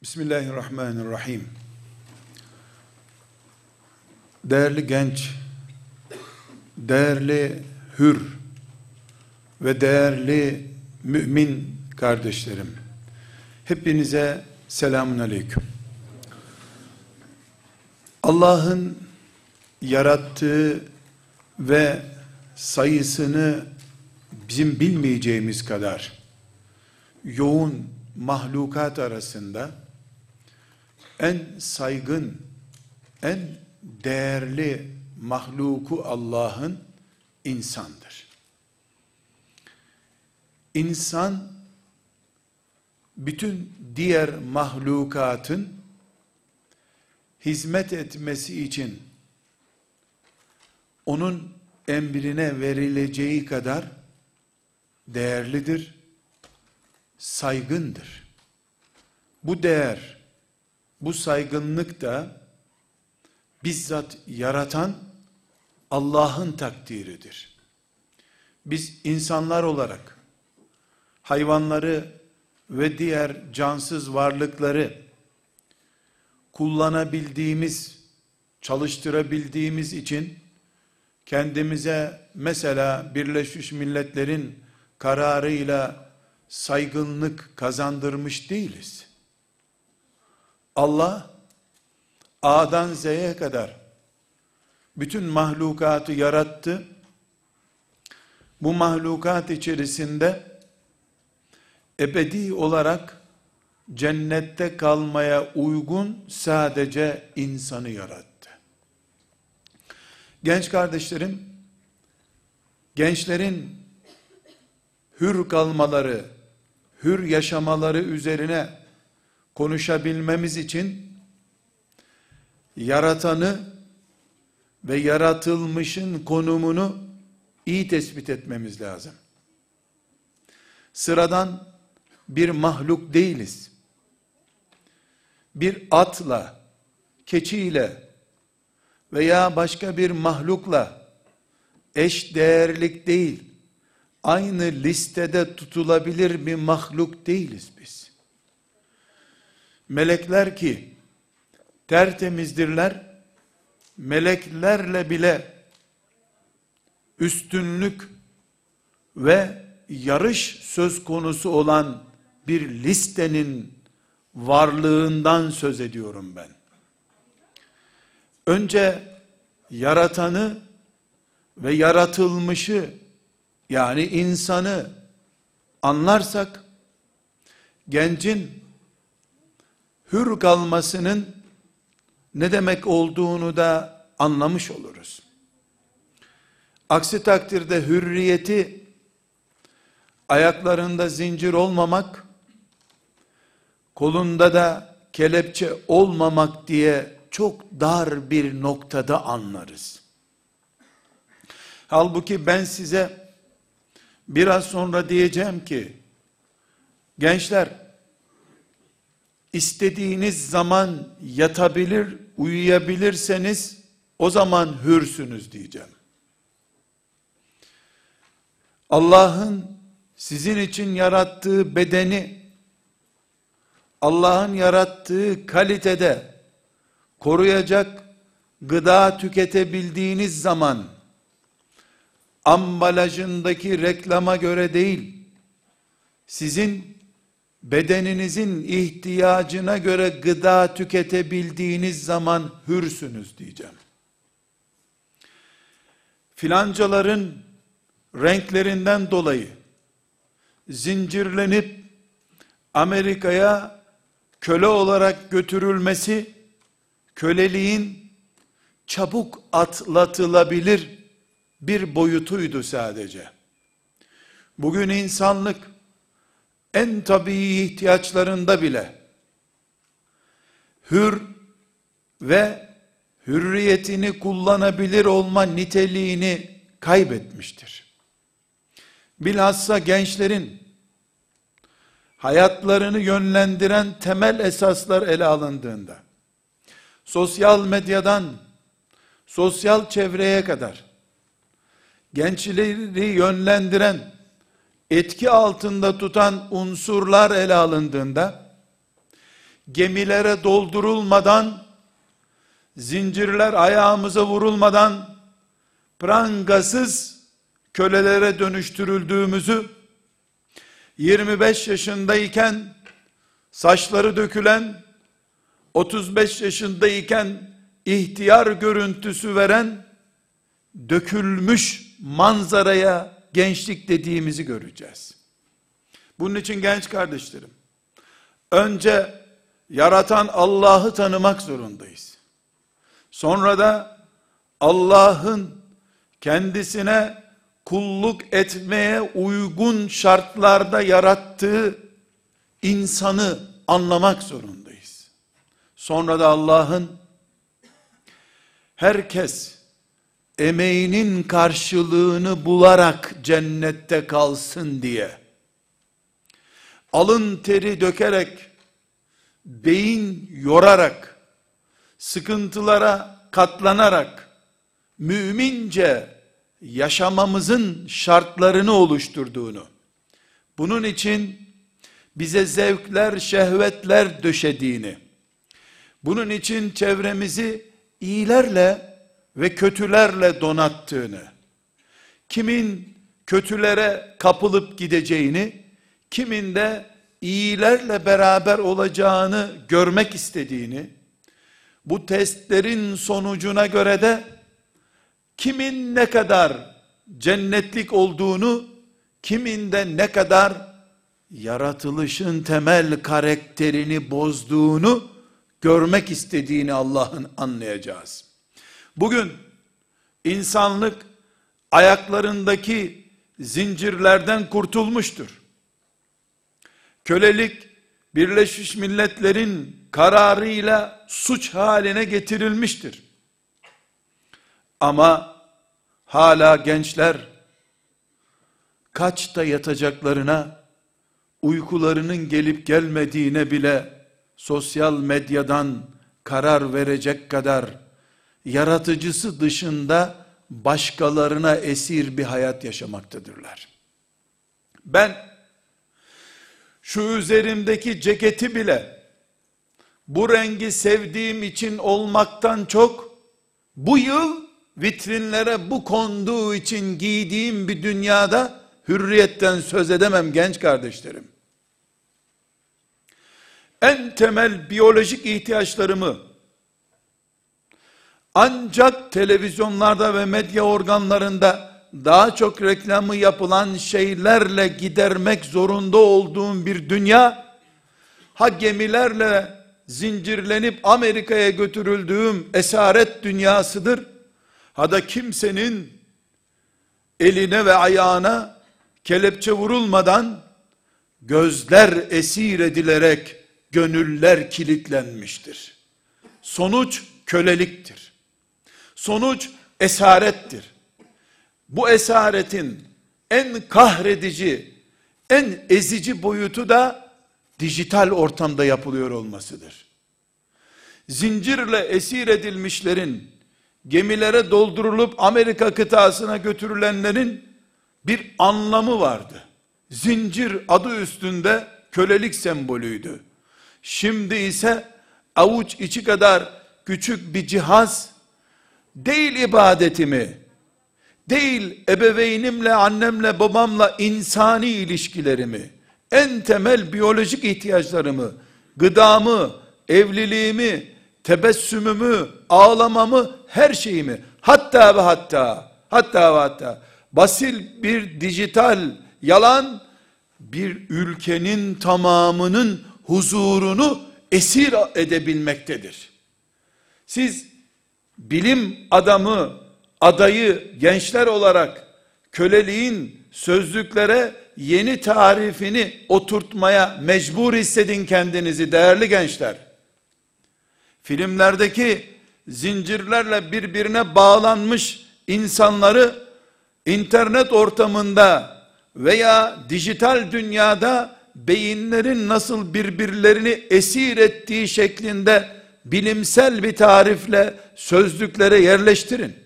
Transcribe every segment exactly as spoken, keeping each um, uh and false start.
Bismillahirrahmanirrahim. Değerli genç, değerli hür ve değerli mümin kardeşlerim, hepinize selamun aleyküm. Allah'ın yarattığı ve sayısını bizim bilmeyeceğimiz kadar yoğun mahlukat arasında en saygın, en değerli mahluku Allah'ın insandır. İnsan, bütün diğer mahlukatın hizmet etmesi için onun emrine verileceği kadar değerlidir, saygındır. Bu değer, bu saygınlık da bizzat yaratan Allah'ın takdiridir. Biz insanlar olarak hayvanları ve diğer cansız varlıkları kullanabildiğimiz, çalıştırabildiğimiz için kendimize mesela Birleşmiş Milletler'in kararıyla saygınlık kazandırmış değiliz. Allah A'dan Z'ye kadar bütün mahlukatı yarattı. Bu mahlukat içerisinde ebedi olarak cennette kalmaya uygun sadece insanı yarattı. Genç kardeşlerim, gençlerin hür kalmaları, hür yaşamaları üzerine konuşabilmemiz için yaratanı ve yaratılmışın konumunu iyi tespit etmemiz lazım. Sıradan bir mahluk değiliz. Bir atla, keçiyle veya başka bir mahlukla eş değerlik değil, aynı listede tutulabilir bir mahluk değiliz biz. Melekler ki tertemizdirler, meleklerle bile üstünlük ve yarış söz konusu olan bir listenin varlığından söz ediyorum ben. Önce yaratanı ve yaratılmışı, yani insanı anlarsak, gencin hür kalmasının ne demek olduğunu da anlamış oluruz. Aksi takdirde hürriyeti ayaklarında zincir olmamak, kolunda da kelepçe olmamak diye çok dar bir noktada anlarız. Halbuki ben size biraz sonra diyeceğim ki, gençler, istediğiniz zaman yatabilir, uyuyabilirseniz o zaman hürsünüz diyeceğim. Allah'ın sizin için yarattığı bedeni, Allah'ın yarattığı kalitede koruyacak gıda tüketebildiğiniz zaman, ambalajındaki reklama göre değil, sizin bedeninizin ihtiyacına göre gıda tüketebildiğiniz zaman hürsünüz diyeceğim. Filancaların renklerinden dolayı zincirlenip Amerika'ya köle olarak götürülmesi, köleliğin çabuk atlatılabilir bir boyutuydu sadece. Bugün insanlık en tabii ihtiyaçlarında bile hür ve hürriyetini kullanabilir olma niteliğini kaybetmiştir. Bilhassa gençlerin hayatlarını yönlendiren temel esaslar ele alındığında, sosyal medyadan sosyal çevreye kadar gençleri yönlendiren, etki altında tutan unsurlar ele alındığında, gemilere doldurulmadan, zincirler ayağımıza vurulmadan, prangasız kölelere dönüştürüldüğümüzü, yirmi beş yaşındayken saçları dökülen, otuz beş yaşındayken ihtiyar görüntüsü veren, dökülmüş manzaraya gençlik dediğimizi göreceğiz. Bunun için genç kardeşlerim, önce yaratan Allah'ı tanımak zorundayız. Sonra da Allah'ın kendisine kulluk etmeye uygun şartlarda yarattığı insanı anlamak zorundayız. Sonra da Allah'ın herkes emeğinin karşılığını bularak cennette kalsın diye alın teri dökerek, beyin yorarak, sıkıntılara katlanarak mümince yaşamamızın şartlarını oluşturduğunu, bunun için bize zevkler, şehvetler döşediğini, bunun için çevremizi iyilerle ve kötülerle donattığını, kimin kötülere kapılıp gideceğini, kimin de iyilerle beraber olacağını görmek istediğini, bu testlerin sonucuna göre de kimin ne kadar cennetlik olduğunu, kimin de ne kadar yaratılışın temel karakterini bozduğunu görmek istediğini Allah'ın anlayacağız. Bugün insanlık ayaklarındaki zincirlerden kurtulmuştur. Kölelik Birleşmiş Milletler'in kararıyla suç haline getirilmiştir. Ama hala gençler kaçta yatacaklarına, uykularının gelip gelmediğine bile sosyal medyadan karar verecek kadar yaratıcısı dışında başkalarına esir bir hayat yaşamaktadırlar. Ben şu üzerimdeki ceketi bile bu rengi sevdiğim için olmaktan çok, bu yıl vitrinlere bu konduğu için giydiğim bir dünyada hürriyetten söz edemem genç kardeşlerim. En temel biyolojik ihtiyaçlarımı ancak televizyonlarda ve medya organlarında daha çok reklamı yapılan şeylerle gidermek zorunda olduğum bir dünya, ha gemilerle zincirlenip Amerika'ya götürüldüğüm esaret dünyasıdır, ha da kimsenin eline ve ayağına kelepçe vurulmadan gözler esir edilerek gönüller kilitlenmiştir. Sonuç köleliktir. Sonuç esarettir. Bu esaretin en kahredici, en ezici boyutu da dijital ortamda yapılıyor olmasıdır. Zincirle esir edilmişlerin, gemilere doldurulup Amerika kıtasına götürülenlerin bir anlamı vardı. Zincir adı üstünde kölelik sembolüydü. Şimdi ise avuç içi kadar küçük bir cihaz, değil ibadetimi, değil ebeveynimle, annemle, babamla insani ilişkilerimi, en temel biyolojik ihtiyaçlarımı, gıdamı, evliliğimi, tebessümümü, ağlamamı, her şeyimi, hatta ve hatta, hatta ve hatta, basit bir dijital yalan, bir ülkenin tamamının huzurunu esir edebilmektedir. Siz bilim adamı, adayı gençler olarak köleliğin sözlüklere yeni tarifini oturtmaya mecbur hissedin kendinizi değerli gençler. Filmlerdeki zincirlerle birbirine bağlanmış insanları internet ortamında veya dijital dünyada beyinlerin nasıl birbirlerini esir ettiği şeklinde bilimsel bir tarifle sözlüklere yerleştirin.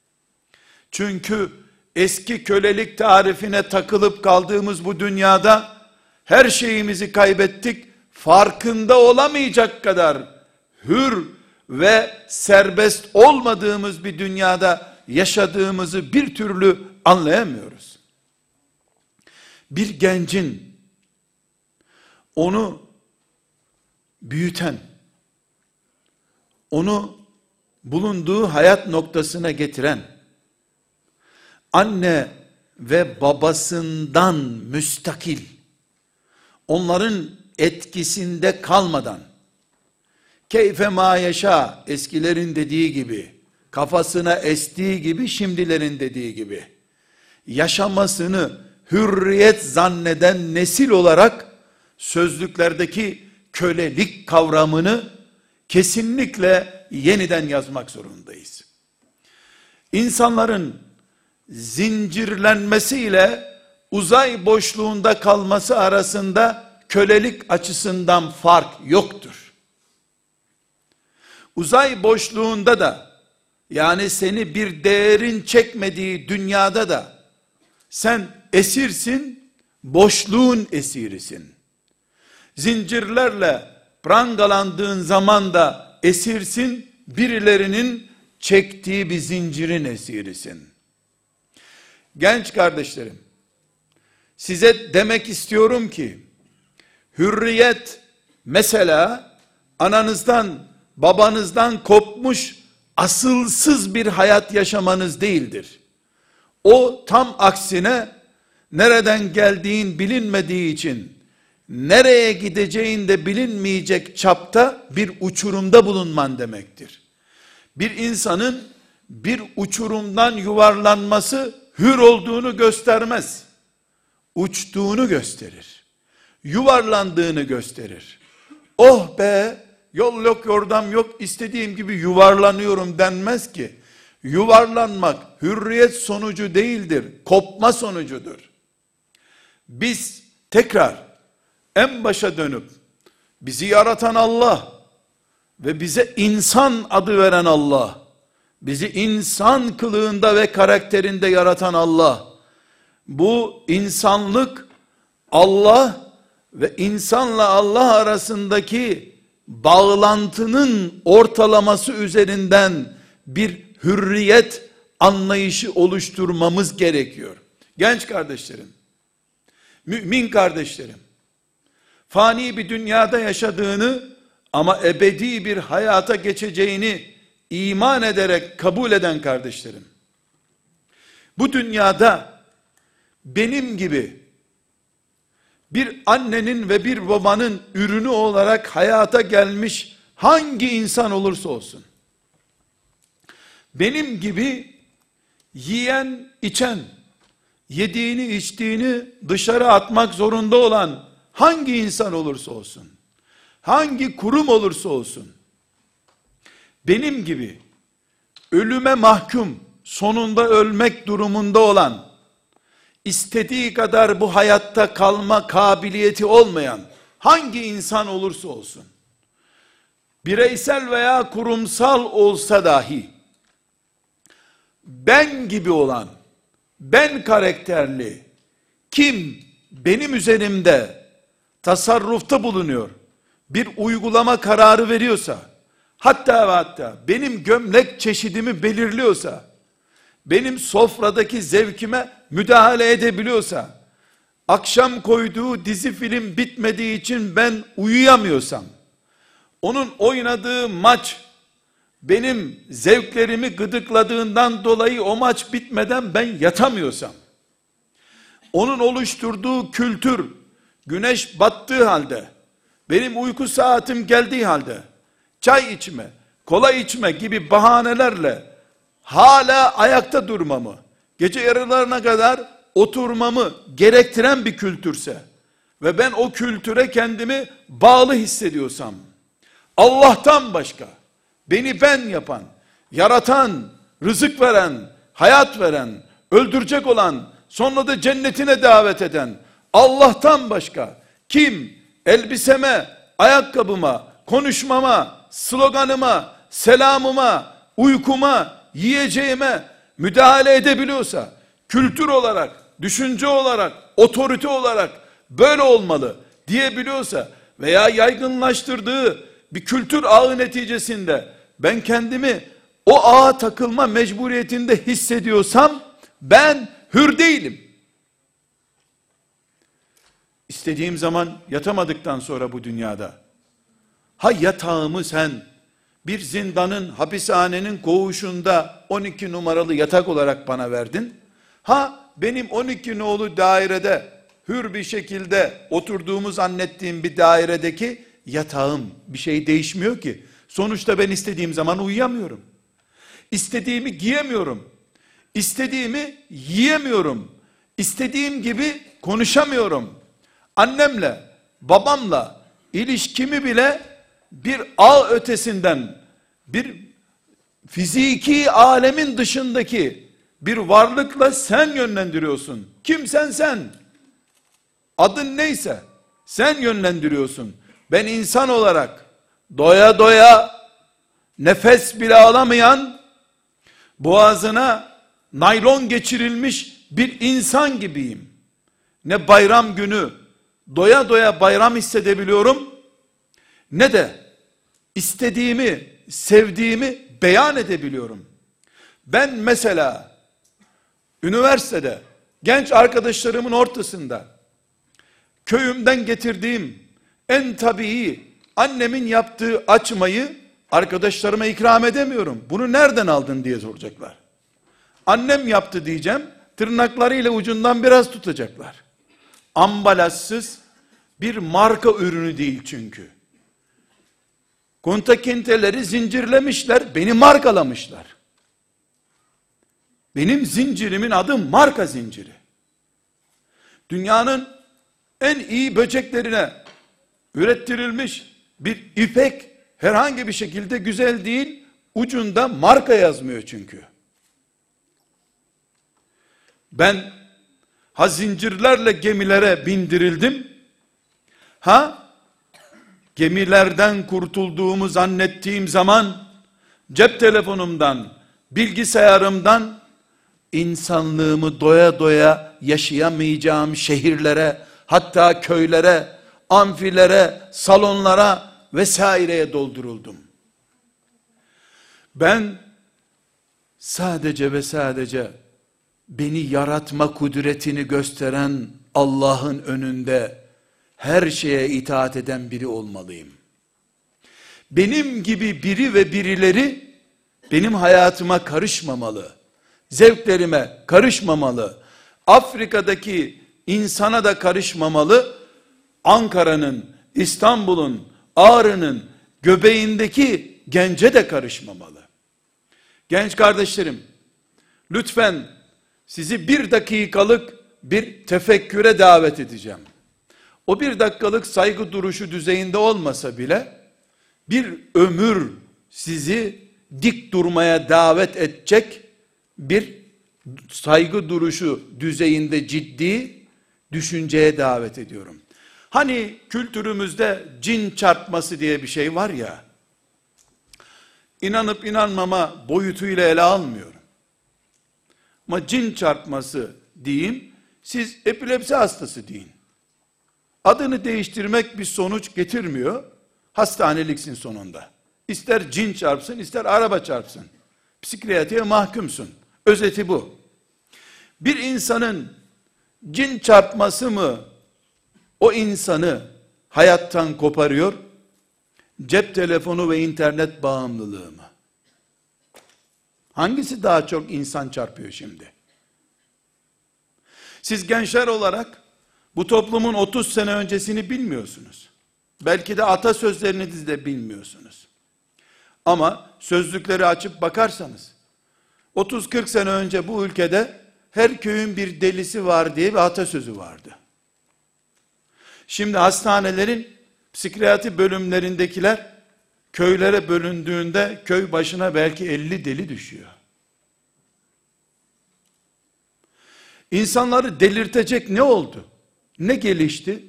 Çünkü eski kölelik tarifine takılıp kaldığımız bu dünyada her şeyimizi kaybettik farkında olamayacak kadar hür ve serbest olmadığımız bir dünyada yaşadığımızı bir türlü anlayamıyoruz. Bir gencin onu büyüten, onu bulunduğu hayat noktasına getiren, anne ve babasından müstakil, onların etkisinde kalmadan, keyfe ma yaşa, eskilerin dediği gibi, kafasına estiği gibi, şimdilerin dediği gibi, yaşamasını hürriyet zanneden nesil olarak, sözlüklerdeki kölelik kavramını kesinlikle yeniden yazmak zorundayız. İnsanların zincirlenmesiyle uzay boşluğunda kalması arasında kölelik açısından fark yoktur. Uzay boşluğunda da, yani seni bir değerin çekmediği dünyada da sen esirsin, boşluğun esirisin. Zincirlerle prangalandığın zaman da esirsin, birilerinin çektiği bir zincirin esirisin. Genç kardeşlerim, size demek istiyorum ki, hürriyet mesela ananızdan, babanızdan kopmuş, asılsız bir hayat yaşamanız değildir. O tam aksine, nereden geldiğin bilinmediği için, nereye gideceğin de bilinmeyecek çapta bir uçurumda bulunman demektir. Bir insanın bir uçurumdan yuvarlanması hür olduğunu göstermez. Uçtuğunu gösterir. Yuvarlandığını gösterir. Oh be, yol yok yordam yok, istediğim gibi yuvarlanıyorum denmez ki. Yuvarlanmak hürriyet sonucu değildir, kopma sonucudur. Biz tekrar en başa dönüp, bizi yaratan Allah ve bize insan adı veren Allah, bizi insan kılığında ve karakterinde yaratan Allah, bu insanlık, Allah ve insanla Allah arasındaki bağlantının ortalaması üzerinden bir hürriyet anlayışı oluşturmamız gerekiyor. Genç kardeşlerim, mümin kardeşlerim, fani bir dünyada yaşadığını ama ebedi bir hayata geçeceğini iman ederek kabul eden kardeşlerim, bu dünyada benim gibi bir annenin ve bir babanın ürünü olarak hayata gelmiş hangi insan olursa olsun, benim gibi yiyen, içen, yediğini, içtiğini dışarı atmak zorunda olan hangi insan olursa olsun, hangi kurum olursa olsun, benim gibi ölüme mahkum, sonunda ölmek durumunda olan, istediği kadar bu hayatta kalma kabiliyeti olmayan hangi insan olursa olsun, bireysel veya kurumsal olsa dahi, ben gibi olan, ben karakterli, kim benim üzerimde tasarrufta bulunuyor, bir uygulama kararı veriyorsa, hatta ve hatta benim gömlek çeşidimi belirliyorsa, benim sofradaki zevkime müdahale edebiliyorsa, akşam koyduğu dizi film bitmediği için ben uyuyamıyorsam, onun oynadığı maç benim zevklerimi gıdıkladığından dolayı o maç bitmeden ben yatamıyorsam, onun oluşturduğu kültür güneş battığı halde, benim uyku saatim geldiği halde, çay içme, kola içme gibi bahanelerle hala ayakta durmamı, gece yarılarına kadar oturmamı gerektiren bir kültürse ve ben o kültüre kendimi bağlı hissediyorsam, Allah'tan başka, beni ben yapan, yaratan, rızık veren, hayat veren, öldürecek olan, sonra da cennetine davet eden Allah'tan başka kim elbiseme, ayakkabıma, konuşmama, sloganıma, selamıma, uykuma, yiyeceğime müdahale edebiliyorsa, kültür olarak, düşünce olarak, otorite olarak böyle olmalı diyebiliyorsa veya yaygınlaştırdığı bir kültür ağı neticesinde ben kendimi o ağa takılma mecburiyetinde hissediyorsam ben hür değilim. İstediğim zaman yatamadıktan sonra bu dünyada, ha yatağımı sen bir zindanın, hapishanenin koğuşunda on iki numaralı yatak olarak bana verdin, ha benim on iki nolu dairede hür bir şekilde oturduğumu zannettiğim bir dairedeki yatağım, bir şey değişmiyor ki. Sonuçta ben istediğim zaman uyuyamıyorum. İstediğimi giyemiyorum. İstediğimi yiyemiyorum. İstediğim gibi konuşamıyorum. Annemle, babamla ilişkimi bile bir ağ ötesinden, bir fiziki alemin dışındaki bir varlıkla sen yönlendiriyorsun. Kimsen sen. Adın neyse sen yönlendiriyorsun. Ben insan olarak doya doya nefes bile alamayan, boğazına naylon geçirilmiş bir insan gibiyim. Ne bayram günü doya doya bayram hissedebiliyorum, ne de istediğimi, sevdiğimi beyan edebiliyorum. Ben mesela üniversitede genç arkadaşlarımın ortasında köyümden getirdiğim en tabii annemin yaptığı açmayı arkadaşlarıma ikram edemiyorum. Bunu nereden aldın diye soracaklar. Annem yaptı diyeceğim, tırnaklarıyla ucundan biraz tutacaklar. Ambalajsız bir marka ürünü değil çünkü. Kontakenteleri zincirlemişler, beni markalamışlar. Benim zincirimin adı marka zinciri. Dünyanın en iyi böceklerine ürettirilmiş bir ipek herhangi bir şekilde güzel değil, ucunda marka yazmıyor çünkü. Ben ha zincirlerle gemilere bindirildim, ha gemilerden kurtulduğumu zannettiğim zaman cep telefonumdan, bilgisayarımdan insanlığımı doya doya yaşayamayacağım şehirlere, hatta köylere, amfilere, salonlara vesaireye dolduruldum. Ben sadece ve sadece beni yaratma kudretini gösteren Allah'ın önünde her şeye itaat eden biri olmalıyım. Benim gibi biri ve birileri benim hayatıma karışmamalı. Zevklerime karışmamalı. Afrika'daki insana da karışmamalı. Ankara'nın, İstanbul'un, Ağrı'nın göbeğindeki gence de karışmamalı. Genç kardeşlerim, lütfen sizi bir dakikalık bir tefekküre davet edeceğim. O bir dakikalık saygı duruşu düzeyinde olmasa bile, bir ömür sizi dik durmaya davet edecek bir saygı duruşu düzeyinde ciddi düşünceye davet ediyorum. Hani kültürümüzde cin çarpması diye bir şey var ya, inanıp inanmama boyutuyla ele almıyorum. Ama cin çarpması diyeyim, siz epilepsi hastası deyin. Adını değiştirmek bir sonuç getirmiyor, hastaneliksin sonunda. İster cin çarpsın, ister araba çarpsın. Psikiyatriye mahkumsun. Özeti bu. Bir insanın cin çarpması mı o insanı hayattan koparıyor, cep telefonu ve internet bağımlılığı mı? Hangisi daha çok insan çarpıyor şimdi? Siz gençler olarak bu toplumun otuz sene öncesini bilmiyorsunuz. Belki de atasözlerini de bilmiyorsunuz. Ama sözlükleri açıp bakarsanız, otuz kırk sene önce bu ülkede her köyün bir delisi var diye bir atasözü vardı. Şimdi hastanelerin psikiyatri bölümlerindekiler köylere bölündüğünde köy başına belki elli deli düşüyor. İnsanları delirtecek ne oldu? Ne gelişti?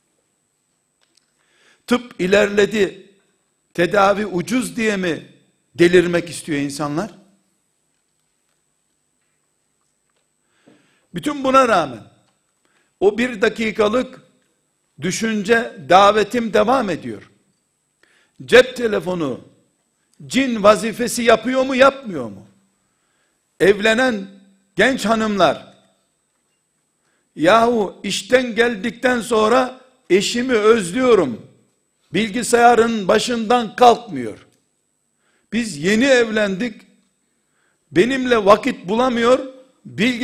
Tıp ilerledi, tedavi ucuz diye mi delirmek istiyor insanlar? Bütün buna rağmen o bir dakikalık düşünce davetim devam ediyor. Cep telefonu cin vazifesi yapıyor mu, yapmıyor mu? Evlenen genç hanımlar, yahu işten geldikten sonra eşimi özlüyorum, bilgisayarın başından kalkmıyor. Biz yeni evlendik, benimle vakit bulamıyor, bilgisayar